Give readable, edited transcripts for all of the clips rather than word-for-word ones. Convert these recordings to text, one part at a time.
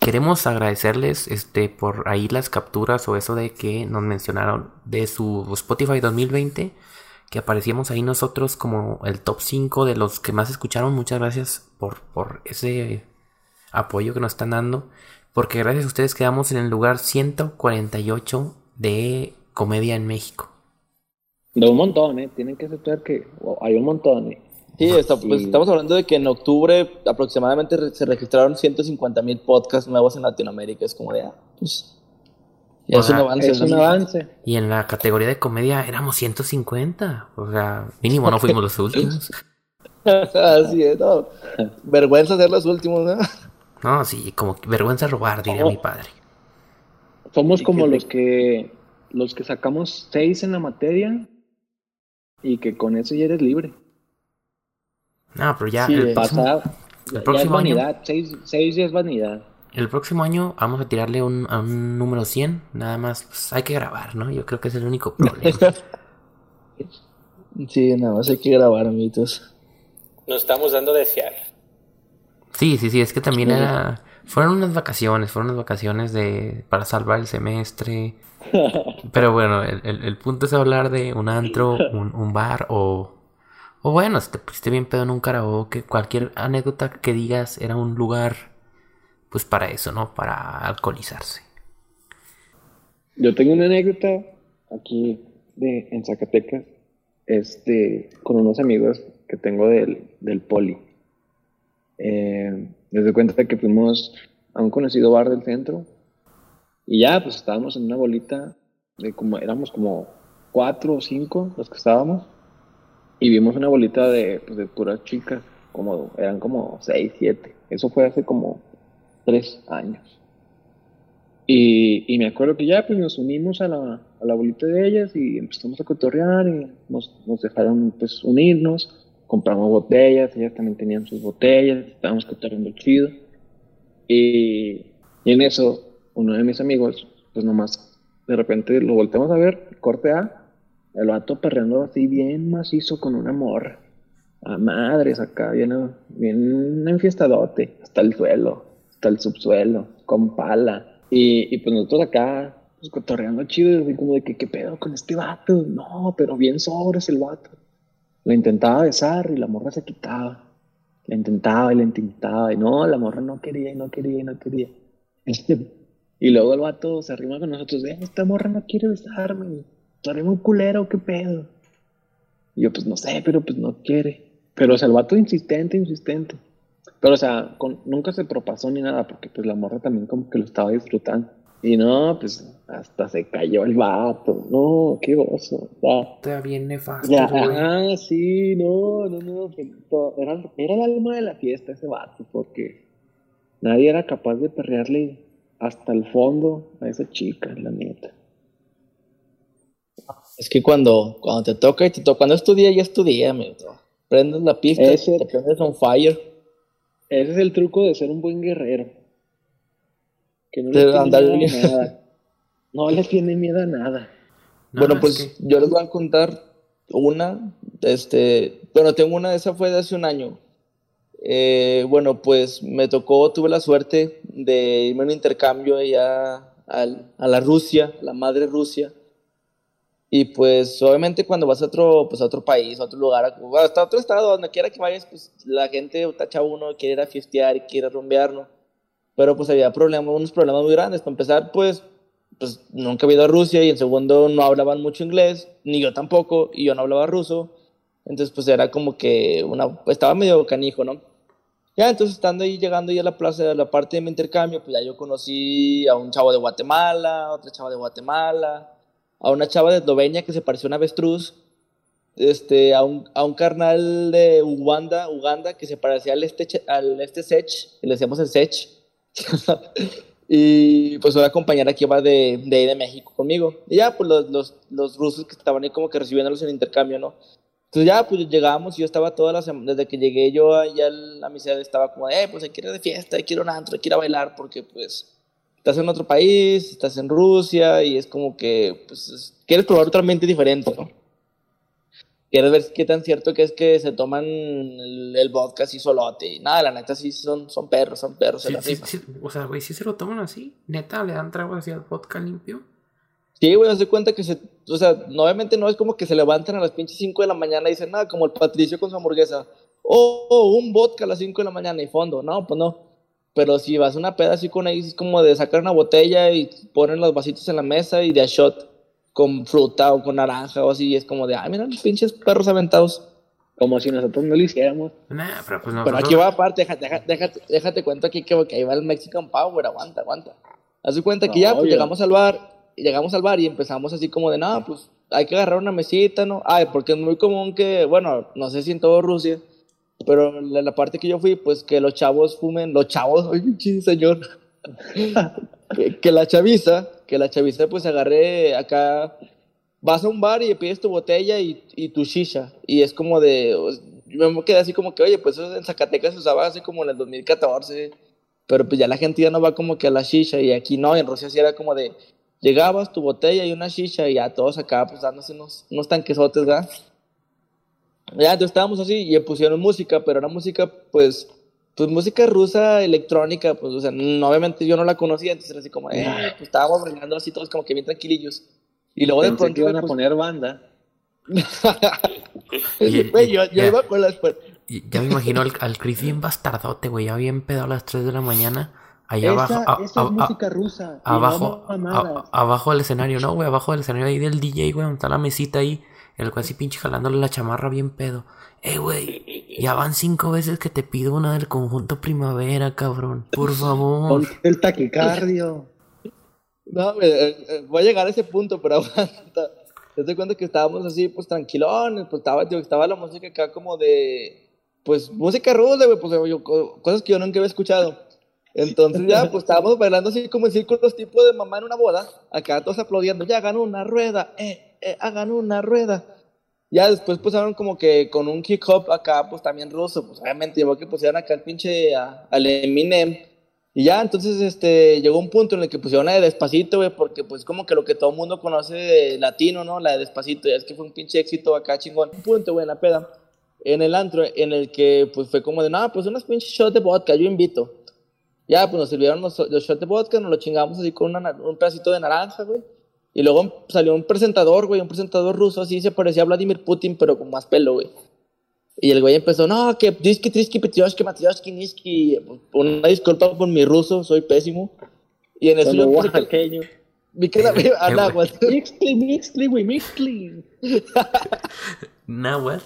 queremos agradecerles por ahí las capturas o eso de que nos mencionaron de su Spotify 2020, que aparecíamos ahí nosotros como el top 5 de los que más escucharon. Muchas gracias por ese apoyo que nos están dando, porque gracias a ustedes quedamos en el lugar 148 de comedia en México. De un montón, tienen que aceptar que hay un montón. Sí, pues, estamos hablando de que en octubre aproximadamente se registraron 150,000 podcasts nuevos en Latinoamérica. Es como de, pues, ya es un avance. Es un avance. Y en la categoría de comedia éramos 150. O sea, mínimo no fuimos los últimos. Así es, no. Vergüenza ser los últimos, ¿no? No, sí, como vergüenza robar, diría mi padre. Somos como los que sacamos 6 en la materia y que con eso ya eres libre. No, pero ya Sí, el próximo ya es vanidad, año, 6 ya es vanidad. El próximo año vamos a tirarle a un número 100, nada más, pues hay que grabar, ¿no? Yo creo que es el único problema. Sí, nada más hay que grabar, amiguitos. Nos estamos dando a desear. Sí, es que también fueron unas vacaciones para salvar el semestre. Pero bueno, el punto es hablar de un antro, un bar o bueno, si te pusiste bien pedo en un karaoke, cualquier anécdota que digas era un lugar, pues para eso, ¿no? Para alcoholizarse. Yo tengo una anécdota aquí en Zacatecas, con unos amigos que tengo del poli. Les doy cuenta que fuimos a un conocido bar del centro y ya, pues estábamos en una bolita éramos como 4 o 5 los que estábamos. Y vimos una bolita de puras chicas, eran como 6, 7. Eso fue hace como 3 años. Y me acuerdo que ya pues nos unimos a la bolita de ellas y empezamos a cotorrear y nos dejaron pues unirnos. Compramos botellas, ellas también tenían sus botellas, estábamos cotorreando chido. Y en eso, uno de mis amigos, pues nomás de repente lo volteamos a ver, corte A. El vato perreando así bien macizo con una morra. A madres acá, bien enfiestadote. Hasta el suelo, hasta el subsuelo, con pala. Y pues nosotros acá, pues cotorreando chido, así como de que, ¿qué pedo con este vato? No, pero bien sobres el vato. La intentaba besar y la morra se quitaba. La intentaba y no, la morra no quería. Y luego el vato se arrima con nosotros, esta morra no quiere besarme. Estaré muy culero, ¿qué pedo? Y yo, pues no sé, pero pues no quiere. Pero o sea, el vato insistente. Pero o sea, nunca se propasó ni nada, porque pues la morra también como que lo estaba disfrutando. Y no, pues hasta se cayó el vato. No, qué oso. Está bien nefasto, ya, sí, no. Era el alma de la fiesta ese vato, porque nadie era capaz de perrearle hasta el fondo a esa chica, la neta. Es que cuando te toca cuando es tu día, ya es tu día, amigo. Prendes la pista, te prendes on fire. Ese es el truco de ser un buen guerrero. Que no le tiene miedo a nada. No le tiene miedo a nada. Bueno, pues yo les voy a contar una. Bueno, tengo una, esa fue de hace un año. Bueno, pues tuve la suerte de irme a un intercambio allá a la Rusia, la madre Rusia. Y pues obviamente cuando vas a otro país, a otro lugar, hasta otro estado, donde quiera que vayas, pues la gente tacha uno, quiere ir a fiestear y quiere rumbear, ¿no? Pero pues había unos problemas muy grandes. Para empezar, pues nunca he ido a Rusia, y en segundo no hablaban mucho inglés, ni yo tampoco, y yo no hablaba ruso. Entonces pues era como que estaba medio canijo, ¿no? Ya, entonces estando ahí, llegando ahí a la plaza, a la parte de mi intercambio, pues ya yo conocí a un chavo de Guatemala, otra chava de Guatemala, a una chava de Eslovenia que se pareció a un avestruz, a un carnal de Uganda que se parecía al Sech, que le decíamos el Sech. Y pues una compañera que iba de ahí de México conmigo. Y ya, pues los rusos que estaban ahí como que recibiéndolos en intercambio, ¿no? Entonces ya, pues llegamos y yo estaba desde que llegué yo allá a mi ciudad, estaba como, pues hay que ir de fiesta, hay que ir a un antro, hay que ir a bailar, porque pues estás en otro país, estás en Rusia y es como que, pues, quieres probar otro ambiente diferente, ¿no? quieres ver qué tan cierto que es que se toman el vodka así solote. Y nada, la neta sí son perros, se la rifan. Sí, o sea, güey, ¿sí se lo toman así? ¿Neta le dan trago así al vodka limpio? Sí, güey, haz de cuenta que o sea, obviamente no es como que se levantan a las pinches 5 de la mañana y dicen, nada, como el Patricio con su hamburguesa. Un vodka a las 5 de la mañana y fondo. No, pues no. Pero si vas a una peda así con ellos, es como de sacar una botella y ponen los vasitos en la mesa y de a shot con fruta o con naranja o así. Y es como de, ay, mira los pinches perros aventados. Como si nosotros no lo hiciéramos. Nah, pero pues no. Pero aquí va aparte, déjate cuento aquí que ahí va el Mexican Power, aguanta. Haz de cuenta que ya, pues llegamos al bar y empezamos así como de, no, pues hay que agarrar una mesita, ¿no? Ay, porque es muy común que, bueno, no sé si en todo Rusia, pero la parte que yo fui, pues que los chavos fumen, ay, pinche señor, que la chaviza pues agarre acá, vas a un bar y pides tu botella y tu shisha, y es como de, yo me quedé así como que, oye, pues eso en Zacatecas se usaba así como en el 2014, pero pues ya la gente ya no va como que a la shisha, y aquí no, en Rusia sí era como de, llegabas, tu botella y una shisha, y ya todos acá pues dándose unos tanquesotes, ¿verdad? Ya, entonces estábamos así y pusieron música, pero era música, pues música rusa, electrónica, pues, o sea, obviamente yo no la conocía, entonces era así como, pues estábamos bailando así todos como que bien tranquilillos. Y luego Pensé de pronto que iban a poner banda. Güey, yo iba con las... Ya me imagino al Chris bien bastardote, güey, ya bien pedo a las 3 de la mañana. Ahí Esa abajo. es música rusa. Abajo del escenario, ¿no, güey? Abajo del escenario ahí del DJ, güey, donde está la mesita ahí. El güey así pinche jalándole la chamarra bien pedo. Güey, ya van 5 veces que te pido una del conjunto Primavera, cabrón. Por favor. Ponte el taquicardio. No, voy a llegar a ese punto, pero aguanta. Te das cuenta que estábamos así, pues tranquilones, pues estaba la música acá como de, pues música ruda, güey, pues cosas que yo nunca había escuchado. Entonces ya, pues estábamos bailando así como en círculos tipo de mamá en una boda, acá todos aplaudiendo, ya hagan una rueda, hagan una rueda. Ya después pusieron como que con un kick up acá, pues también ruso, pues obviamente llevó que pusieran acá el pinche al Eminem. Y ya, entonces llegó un punto en el que pusieron la de Despacito, güey, porque pues como que lo que todo el mundo conoce de latino, ¿no? La de Despacito, ya es que fue un pinche éxito acá chingón. Un punto, güey, en la peda, en el antro, en el que pues fue como de, no, pues unas pinches shots de vodka, yo invito. Ya, pues nos sirvieron los shots de vodka, nos lo chingamos así con un pedacito de naranja, güey. Y luego salió un presentador, güey, un presentador ruso, así se parecía a Vladimir Putin, pero con más pelo, güey. Y el güey empezó, no, que Diski, Triski, Petrioshki, Matrioshki, Niski. Una disculpa por mi ruso, soy pésimo. Y en eso yo oaxaqueño. Vi que la náhuatl. Mixli, güey, Mixli. Náhuatl.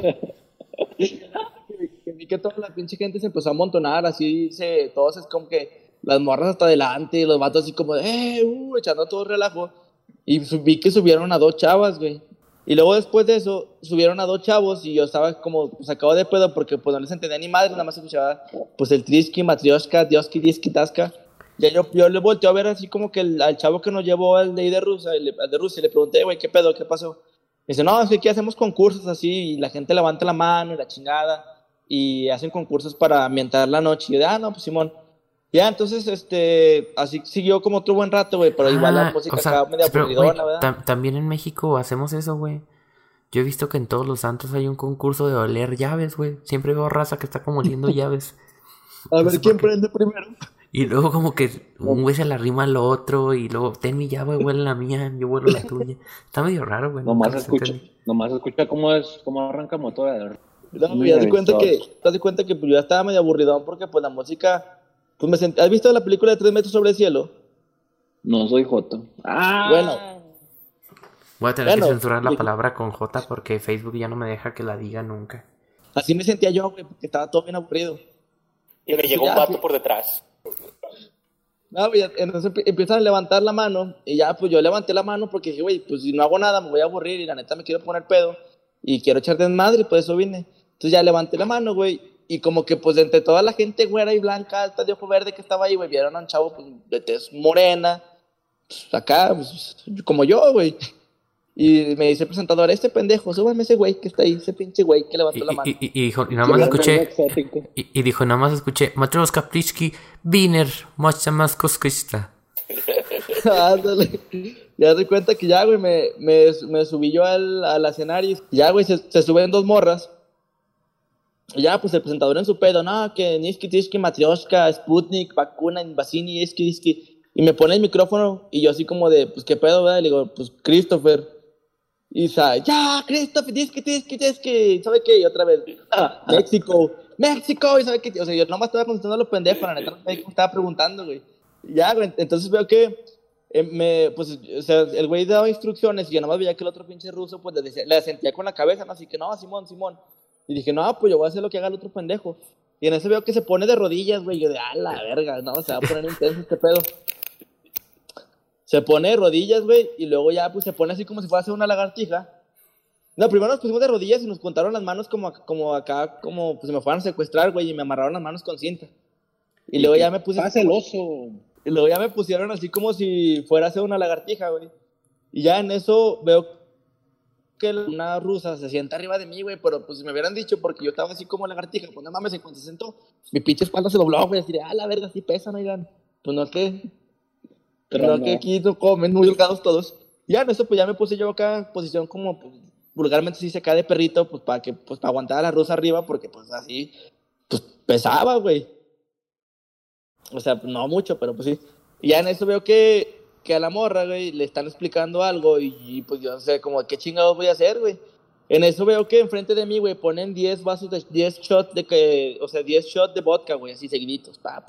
Vi que toda la pinche gente se empezó a amontonar, así, todos es como que las morras hasta adelante, y los vatos así como de, echando todo relajo. Y vi que subieron a 2 chavas, güey. Y luego después de eso, subieron a 2 chavos y yo estaba como sacado de pedo porque pues no les entendía ni madre, nada más escuchaba pues el Triski, Matrioshka, Dioski, Diski, Taska. Ya yo le volteé a ver así como que al chavo que nos llevó al de ahí de Rusia, y le pregunté, güey, ¿qué pedo? ¿Qué pasó? Me dice, no, es que aquí hacemos concursos así y la gente levanta la mano y la chingada y hacen concursos para ambientar la noche. Y yo de, no, pues Simón. Ya, entonces, así siguió como otro buen rato, güey, pero igual la música acá medio aburridona, ¿verdad? También en México hacemos eso, güey. Yo he visto que en todos los santos hay un concurso de oler llaves, güey. Siempre veo raza que está como oliendo llaves. A ver, ¿quién prende primero? Y luego como que un güey se la rima al otro y luego, ten mi llave, huele la mía, yo huelo la tuya. Está medio raro, güey. Nomás escucha cómo arranca motor. No, ya te das cuenta que pues, yo ya estaba medio aburridón porque pues la música... Pues ¿has visto la película de 3 metros sobre el cielo? No soy joto. Bueno. Voy a tener que censurar la palabra con J porque Facebook ya no me deja que la diga nunca. Así me sentía yo, güey, porque estaba todo bien aburrido. Y me llegó un vato por detrás. No, güey, entonces empiezan a levantar la mano y ya, pues yo levanté la mano porque dije, güey, pues si no hago nada me voy a aburrir y la neta me quiero poner pedo y quiero echar desmadre y por eso vine. Entonces ya levanté la mano, güey. Y como que pues entre toda la gente güera y blanca, alta de ojo verde que estaba ahí, güey, vieron a un chavo pues, de tez morena, pues, acá, pues, como yo, güey. Y me dice el presentador, pendejo, súbame ese güey que está ahí, ese pinche güey que levantó la mano. Y nada más escuché, y dijo, nada más escuché, Matrioshka, Pliski, Wiener, Mocha más Cosquista. Ándale. Ya te cuenta que ya, güey, me subí yo al escenario. Ya, güey, se suben dos morras. Y ya, pues el presentador en su pedo, no, que Niski, Tishki, Matryoshka, Sputnik, vacuna, Invasini, Iski. Y me pone el micrófono y yo así como de, pues, ¿qué pedo, güey? Le digo, pues, Christopher. Y dice, ya, Christopher, Tishki, ¿sabe qué? Y otra vez, México, y ¿sabe qué? O sea, yo nomás estaba contestando a los pendejos, la neta, me estaba preguntando, güey. Ya, güey, entonces veo que, pues, o sea, el güey daba instrucciones y yo nomás veía que el otro pinche ruso, pues, le sentía con la cabeza, ¿no? Así que, no, Simón. Y dije, no, pues yo voy a hacer lo que haga el otro pendejo. Y en eso veo que se pone de rodillas, güey. Yo de, la verga, no, se va a poner intenso este pedo. Se pone de rodillas, güey, y luego ya, pues, se pone así como si fuera a hacer una lagartija. No, primero nos pusimos de rodillas y nos contaron las manos como acá, como, pues, me fueran a secuestrar, güey, y me amarraron las manos con cinta. Y luego ya me puse... ¡Pasa el oso! Y luego ya me pusieron así como si fuera a hacer una lagartija, güey. Y ya en eso veo que una rusa se sienta arriba de mí, güey, pero pues si me hubieran dicho, porque yo estaba así como lagartija, pues no mames, en cuanto se sentó, mi pinche espalda se dobló, güey, así de, la verga, sí pesan, oigan. Pues no es que aquí no comen, muy delgados todos. Ya en eso, pues ya me puse yo acá en posición como, pues, vulgarmente se dice acá de perrito, pues para aguantar a la rusa arriba, porque pues así, pues pesaba, güey. O sea, no mucho, pero pues sí. Y ya en eso veo que a la morra, güey, le están explicando algo y pues yo no sé, como, ¿qué chingados voy a hacer, güey? En eso veo que enfrente de mí, güey, ponen 10 vasos de 10 shots o sea, 10 shots de vodka, güey, así seguiditos, pa.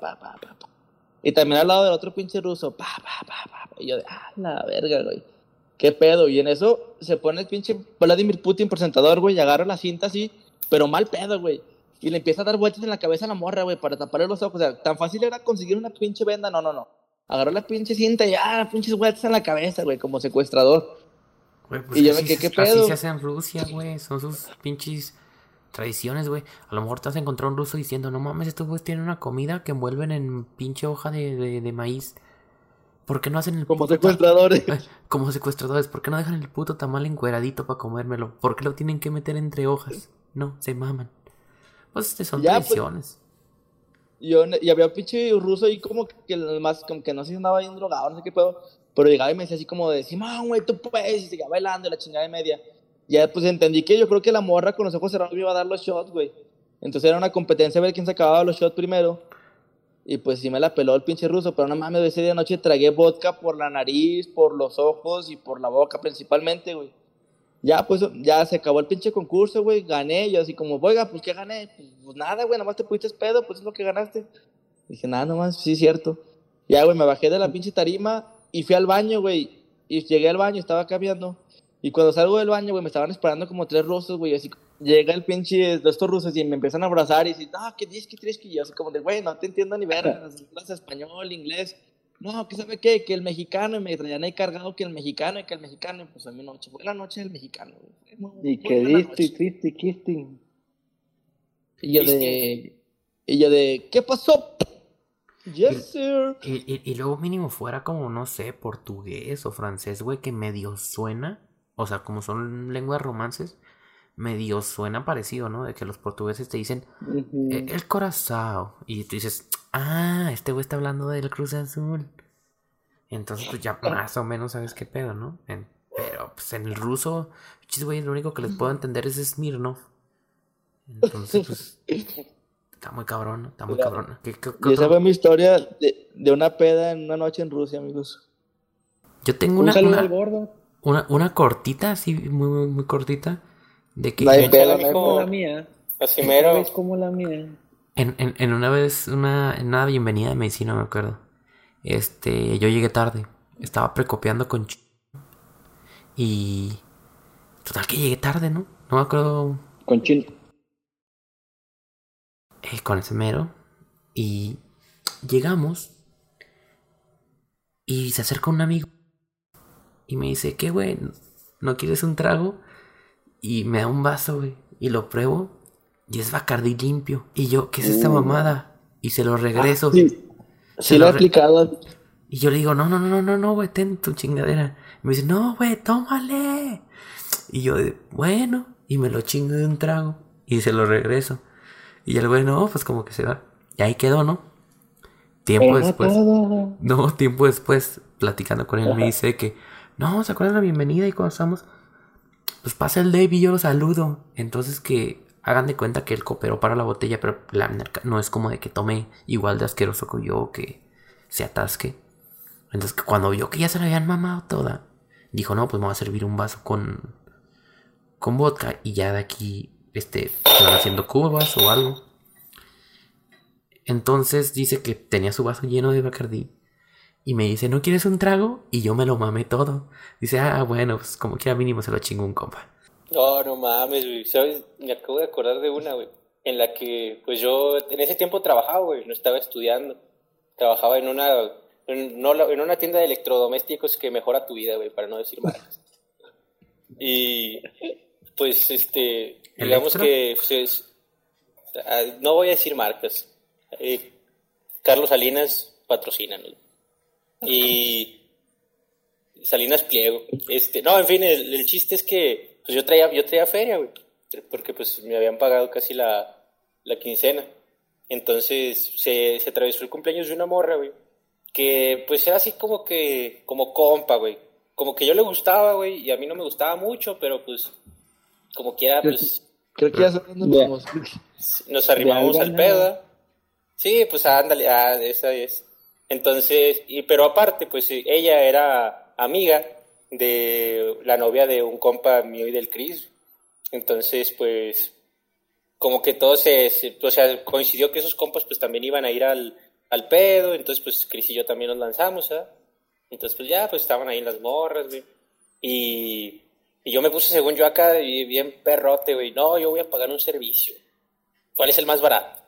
Y también al lado del otro pinche ruso, pa. Y yo de, la verga, güey. ¿Qué pedo? Y en eso se pone el pinche Vladimir Putin presentador, güey, y agarra la cinta así, pero mal pedo, güey. Y le empieza a dar vueltas en la cabeza a la morra, güey, para taparle los ojos. O sea, tan fácil era conseguir una pinche venda, no. Agarró la pinche cinta y pinches vueltas en la cabeza, güey, como secuestrador. Güey, pues y yo me quedé, ¿qué pedo? Así se hace en Rusia, güey, son sus pinches tradiciones, güey. A lo mejor te vas a encontrar un ruso diciendo, no mames, estos güeyes tienen una comida que envuelven en pinche hoja de maíz. ¿Por qué no hacen el como secuestradores? Como secuestradores, ¿por qué no dejan el puto tamal encueradito para comérmelo? ¿Por qué lo tienen que meter entre hojas? No, se maman. Pues son tradiciones. Pues, y había un pinche ruso ahí como que no sé si andaba bien drogado, no sé qué pedo, pero llegaba y me decía así como de, Simón, güey, tú puedes, y seguía bailando y la chingada de media. Ya pues entendí que yo creo que la morra con los ojos cerrados me iba a dar los shots, güey. Entonces era una competencia a ver quién se acababa los shots primero. Y pues sí me la peló el pinche ruso, pero no mames, ese día de noche tragué vodka por la nariz, por los ojos y por la boca principalmente, güey. Ya, pues, ya se acabó el pinche concurso, güey, gané, yo así como, oiga, pues, ¿qué gané? Pues nada, güey, nomás te pusiste pedo, pues es lo que ganaste. Dije, nada, nomás, sí, es cierto. Ya, güey, me bajé de la pinche tarima y fui al baño, güey, y llegué al baño, estaba cambiando, y cuando salgo del baño, güey, me estaban esperando como 3 rusos, güey, así, llega el pinche de estos rusos y me empiezan a abrazar y dicen, ¿qué dices, qué tienes? Y yo así como de, güey, no te entiendo ni ver, hablas español, inglés. No, ¿qué sabe qué? Que el mexicano, y me traían ahí cargado que el mexicano, pues fue mi noche, fue la noche del mexicano, güey. Y que diste. Y yo de, ¿qué pasó? Yes, sir. Y luego mínimo fuera como, no sé, portugués o francés, güey, que medio suena, o sea, como son lenguas romances, medio suena parecido, ¿no? De que los portugueses te dicen, el corazón, y tú dices, este güey está hablando del Cruz Azul. Entonces, pues ya más o menos sabes qué pedo, ¿no? Pero, pues en el ruso, güey, lo único que les puedo entender es Smirnoff. Entonces, pues, está muy cabrón. Y esa fue mi historia de una peda en una noche en Rusia, amigos. Yo tengo una cortita, así, muy, muy cortita, de que... como la mía. Así mero. Es como la mía. En una vez, en una bienvenida de medicina, me acuerdo. Yo llegué tarde. Estaba precopiando con y total que llegué tarde, ¿no? No me acuerdo. Con Chino. Con ese mero. Y llegamos. Y se acerca un amigo. Y me dice, ¿qué, güey? ¿No quieres un trago? Y me da un vaso, güey. Y lo pruebo. Y es Bacardí limpio. Y yo, ¿qué es esta mamada? Y se lo regreso. Sí lo he aplicado. Y yo le digo, no, güey, ten tu chingadera. Y me dice, no, güey, tómale. Y yo, bueno, y me lo chingo de un trago. Y se lo regreso. Y el güey, no, pues como que se va. Y ahí quedó, ¿no? Tiempo después. No, tiempo después, platicando con él, me dice que, no, ¿se acuerdan la bienvenida? Y cuando estamos, pues pasa el Dave y yo lo saludo. Entonces que hagan de cuenta que él cooperó para la botella, pero la no es como de que tome igual de asqueroso que yo, que se atasque. Entonces cuando vio que ya se la habían mamado toda, dijo, no, pues me voy a servir un vaso con vodka y ya de aquí, se van haciendo cubas o algo. Entonces dice que tenía su vaso lleno de Bacardí y me dice, ¿no quieres un trago? Y yo me lo mamé todo. Dice, bueno, pues como quiera mínimo se lo chingo un compa. No mames, güey. ¿Sabes? Me acabo de acordar de una, güey. En la que, pues yo en ese tiempo trabajaba, güey. No estaba estudiando. Trabajaba en una tienda de electrodomésticos que mejora tu vida, güey, para no decir marcas. Y, pues, digamos ¿Electro? que, pues, no voy a decir marcas. Carlos Salinas, patrocínanos. Y Salinas Pliego. No, en fin, el chiste es que pues yo traía feria, güey, porque pues me habían pagado casi la quincena. Entonces se atravesó el cumpleaños de una morra, güey, que pues era así como compa, güey. Como que yo le gustaba, güey, y a mí no me gustaba mucho, pero pues como quiera, pues Creo que ya sabemos dónde vamos. nos arrimamos al pedo. Sí, pues ándale, esa es. Entonces, pero aparte, pues ella era amiga de la novia de un compa mío y del Chris. Entonces, pues, como que todo o sea, coincidió que esos compas pues también iban a ir al pedo. Entonces, pues Chris y yo también nos lanzamos, ¿sabes? Entonces, pues ya, pues estaban ahí las morras, güey. Y yo me puse, según yo acá, bien perrote, güey. No, yo voy a pagar un servicio. ¿Cuál es el más barato?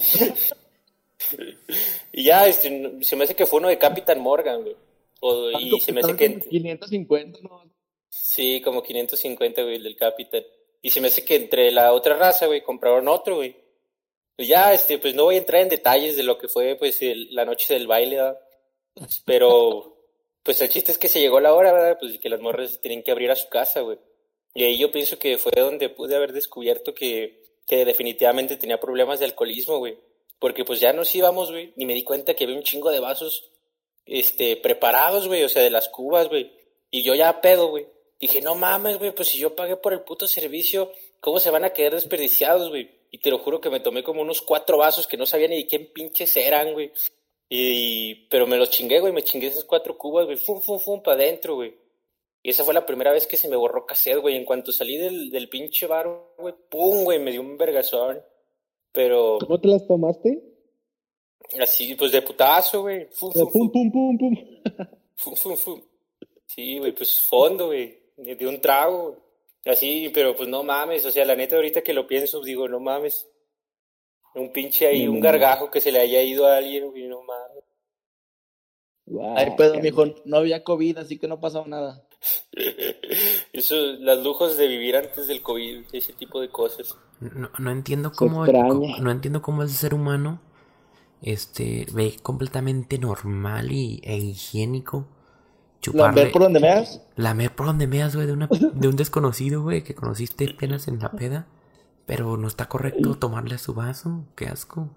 Y ya, se me hace que fue uno de Capitán Morgan, güey. Y se me hace que... 550, ¿no? Sí, como 550, güey, el del Capitán. Y se me hace que entre la otra raza, güey, compraron otro, güey. Y ya, pues no voy a entrar en detalles de lo que fue, pues, la noche del baile, ¿verdad? Pero, pues el chiste es que se llegó la hora, ¿verdad? Pues que las morras tienen que abrir a su casa, güey. Y ahí yo pienso que fue donde pude haber descubierto que definitivamente tenía problemas de alcoholismo, güey. Porque pues ya nos íbamos, güey, y me di cuenta que había un chingo de vasos, preparados, güey, o sea, de las cubas, güey. Y yo ya pedo, güey. Dije, no mames, güey, pues si yo pagué por el puto servicio, ¿cómo se van a quedar desperdiciados, güey? Y te lo juro que me tomé como unos 4 vasos que no sabía ni de quién pinches eran, güey. Pero me los chingué, güey, me chingué esas 4 cubas, güey, fum, fum, fum, para adentro, güey. Y esa fue la primera vez que se me borró cassette, güey. En cuanto salí del pinche bar, güey, pum, güey, me dio un vergazón. Pero... ¿Cómo te las tomaste? Así, pues de putazo, güey. Fum, fum, Pum, pum, pum, pum. fum, fum, fum. Sí, güey, pues fondo, güey. De un trago, güey. Así, pero pues no mames. O sea, la neta, ahorita que lo pienso, digo, no mames. Un pinche ahí, un gargajo que se le haya ido a alguien, güey, no mames. Ay, pedo, mijo, no había COVID, así que no pasaba nada. Eso, los lujos de vivir antes del COVID, ese tipo de cosas. No entiendo cómo no entiendo cómo el ser humano ve completamente normal e higiénico chuparle. ¿Lamer por donde meas? Lamer por donde meas, güey, de un desconocido, güey, que conociste apenas en la peda. Pero no está correcto tomarle a su vaso. Qué asco.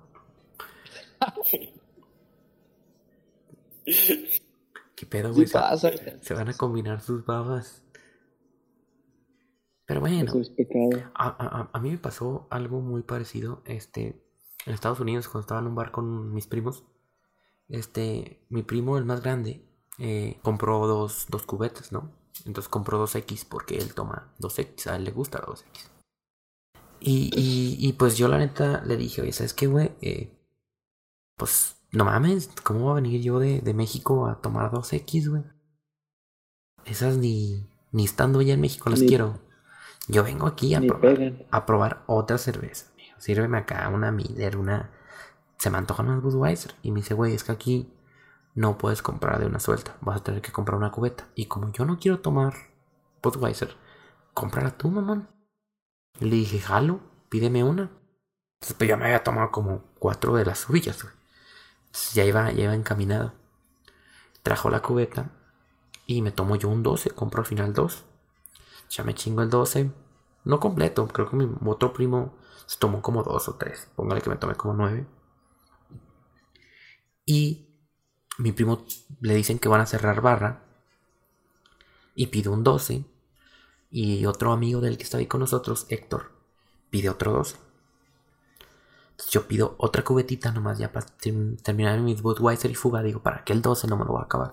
¿Qué pedo, güey? Sí pasa. Se van a combinar sus babas. Pero bueno, Eso es pecado. a mí me pasó algo muy parecido. En Estados Unidos, cuando estaba en un bar con mis primos, mi primo, el más grande, compró dos cubetas, ¿no? Entonces compró 2X porque él toma 2X, a él le gusta 2X. Y pues yo la neta le dije, oye, ¿sabes qué, güey? Pues no mames, ¿cómo voy a venir yo de México a tomar 2X, güey? Esas ni estando ya en México las quiero. Yo vengo aquí a probar otra cerveza. Sírveme acá una Miller, se me antojan unas Budweiser. Y me dice, güey, es que aquí no puedes comprar de una suelta. Vas a tener que comprar una cubeta. Y como yo no quiero tomar Budweiser, cómprala tú, mamón. Y le dije, jalo, pídeme una. Entonces pues yo me había tomado como 4 de las suyas, güey. Entonces ya iba encaminado. Trajo la cubeta y me tomo yo un 12. Compro al final 2. Ya me chingo el 12. No completo, creo que mi otro primo se tomó como 2 o 3. Póngale que me tomé como 9. Y mi primo le dicen que van a cerrar barra y pide un 12. Y otro amigo del que está ahí con nosotros, Héctor, pide otro 12. Entonces yo pido otra cubetita nomás ya para terminar mis Budweiser y fuga. Digo, ¿para qué el 12? No me lo voy a acabar.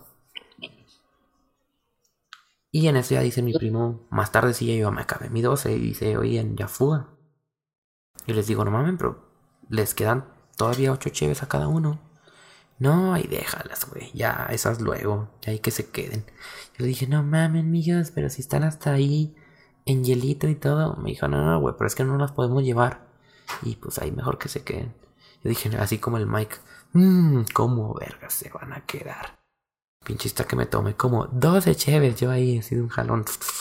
Y en eso ya dice mi primo, más tarde sí yo me acabé mi 12 y dice, oye, ya fuga. Y les digo, no mames, pero les quedan todavía 8 cheves a cada uno. No, ahí déjalas, güey, ya, esas luego, ya hay que se queden. Yo le dije, no mames, migas, pero si están hasta ahí en hielito y todo. Me dijo, no, güey, pero es que no las podemos llevar. Y pues ahí mejor que se queden. Yo dije, así como el Mike, ¿cómo vergas se van a quedar? Pinchista que me tomé como 12 cheves, yo ahí, así de un jalón.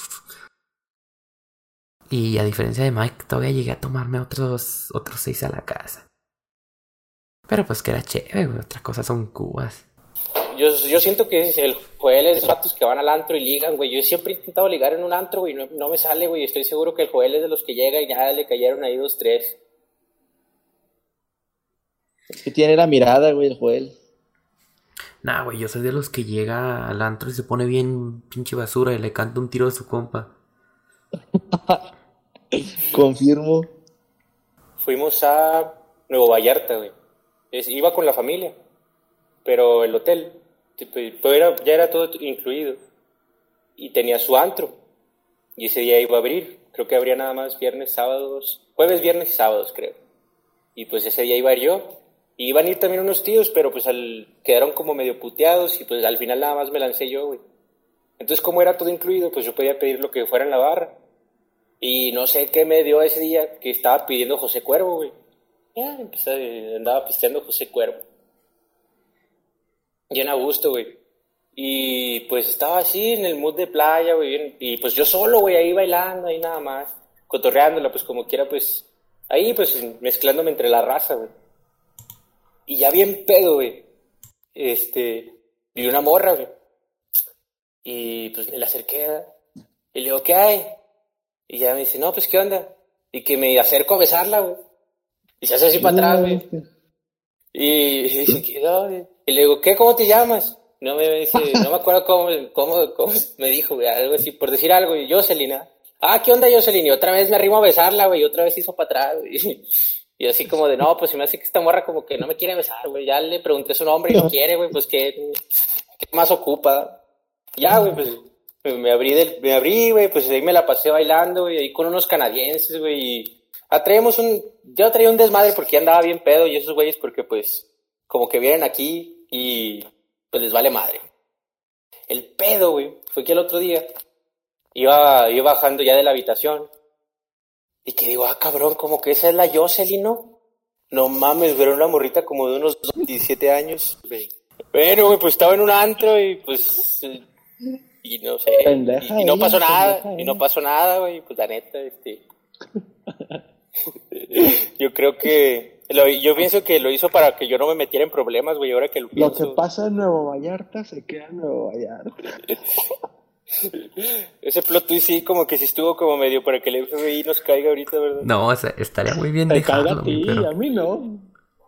Y a diferencia de Mike, todavía llegué a tomarme otros 6 a la casa. Pero pues que era chévere, güey. Otra cosa son cubas. Yo siento que el Joel es de vatos que van al antro y ligan, güey. Yo siempre he intentado ligar en un antro, güey. No me sale, güey. Estoy seguro que el Joel es de los que llega y ya le cayeron ahí 2, 3. Es que tiene la mirada, güey, el Joel. Nah, güey, yo soy de los que llega al antro y se pone bien pinche basura y le canta un tiro a su compa. Confirmo. Fuimos a Nuevo Vallarta, güey. Iba con la familia, pero el hotel ya era todo incluido. Y tenía su antro. Y ese día iba a abrir. Creo que abría nada más jueves, viernes y sábados, creo. Y pues ese día iba a ir yo. Y iban a ir también unos tíos, pero pues quedaron como medio puteados y pues al final nada más me lancé yo, güey. Entonces como era todo incluido, pues yo podía pedir lo que fuera en la barra. Y no sé qué me dio ese día que estaba pidiendo José Cuervo, güey. Ya, andaba pisteando José Cuervo. Bien a gusto, güey. Y pues estaba así en el mood de playa, güey. Y pues yo solo, güey, ahí bailando, ahí nada más. Cotorreándola, pues como quiera, pues. Ahí, pues mezclándome entre la raza, güey. Y ya bien pedo, güey. Vi una morra, güey. Y pues me la acerqué, y le digo, ¿qué hay? Y ya me dice, no, pues, ¿qué onda? Y que me acerco a besarla, güey. Y se hace así para atrás, güey. Y dice, ¿qué? Y le digo, ¿qué? ¿Cómo te llamas? No me dice, no me acuerdo cómo me dijo, güey, algo así, por decir algo, y Jocelyn, ¿qué onda, Jocelyn? Y otra vez me arrimo a besarla, güey, y otra vez hizo para atrás, güey. Y así como de, no, pues se me hace que esta morra como que no me quiere besar, güey. Ya le pregunté su nombre y no quiere, güey, pues ¿qué más ocupa? Ya, güey, pues me abrí, güey, pues ahí me la pasé bailando, güey, ahí con unos canadienses, güey, y yo traía un desmadre porque ya andaba bien pedo y esos güeyes porque pues como que vienen aquí y pues les vale madre. El pedo, güey, fue que el otro día iba bajando ya de la habitación y que digo, cabrón, como que esa es la Jocelyn, ¿no? No mames, güey, era una morrita como de unos 17 años, güey. Bueno, güey, pues estaba en un antro y pues y no sé, pendeja, y no pasó nada, pendeja, y no pasó nada, güey, pues la neta, yo creo que yo pienso que lo hizo para que yo no me metiera en problemas, güey, ahora que lo pienso. Lo que pasa en Nuevo Vallarta se queda en Nuevo Vallarta. Ese plot twist sí, como que sí estuvo como medio para que el FBI nos caiga ahorita, ¿verdad? No, o sea, estaría muy bien Te caiga dejarlo, a ti, pero... a mí no.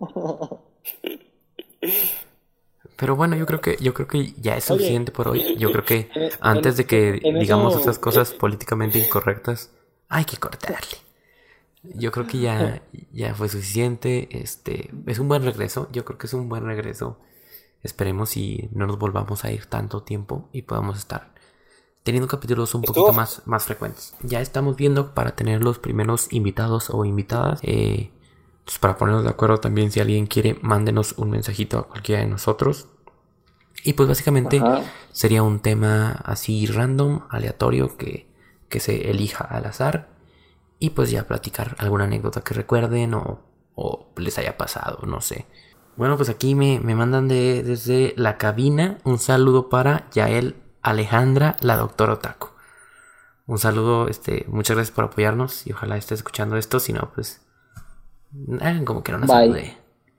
Pero bueno, yo creo que ya es suficiente por hoy. Yo creo que en antes de que digamos eso, esas cosas políticamente incorrectas, hay que cortarle. Yo creo que ya fue suficiente. Es un buen regreso. Yo creo que es un buen regreso. Esperemos y no nos volvamos a ir tanto tiempo y podamos estar teniendo capítulos un poquito más frecuentes. Ya estamos viendo para tener los primeros invitados o invitadas. Pues para ponernos de acuerdo también, si alguien quiere, mándenos un mensajito a cualquiera de nosotros. Y pues básicamente sería un tema así random, aleatorio, que se elija al azar. Y pues ya platicar alguna anécdota que recuerden o les haya pasado, no sé. Bueno, pues aquí me mandan desde la cabina un saludo para Yael Alejandra, la doctora Otaku. Un saludo, muchas gracias por apoyarnos y ojalá estés escuchando esto, si no, pues hagan como que no nos salude.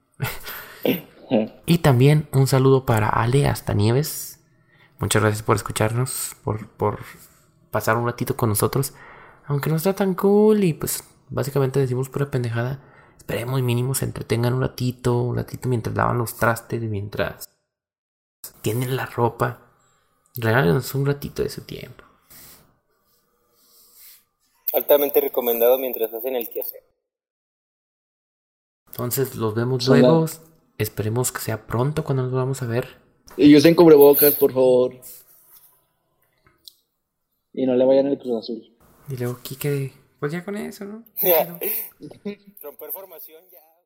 Y también un saludo para Ale hasta Nieves. Muchas gracias por escucharnos, por pasar un ratito con nosotros. Aunque no está tan cool y pues básicamente decimos pura pendejada. Esperemos mínimo se entretengan un ratito mientras lavan los trastes, mientras tienen la ropa. Regálenos un ratito de su tiempo. Altamente recomendado mientras hacen el quehacer. Entonces los vemos luego. Esperemos que sea pronto cuando nos vamos a ver. Y usen cubrebocas, por favor. Y no le vayan al Cruz Azul. Y luego Kike, pues ya con eso, ¿no? Romper formación ya.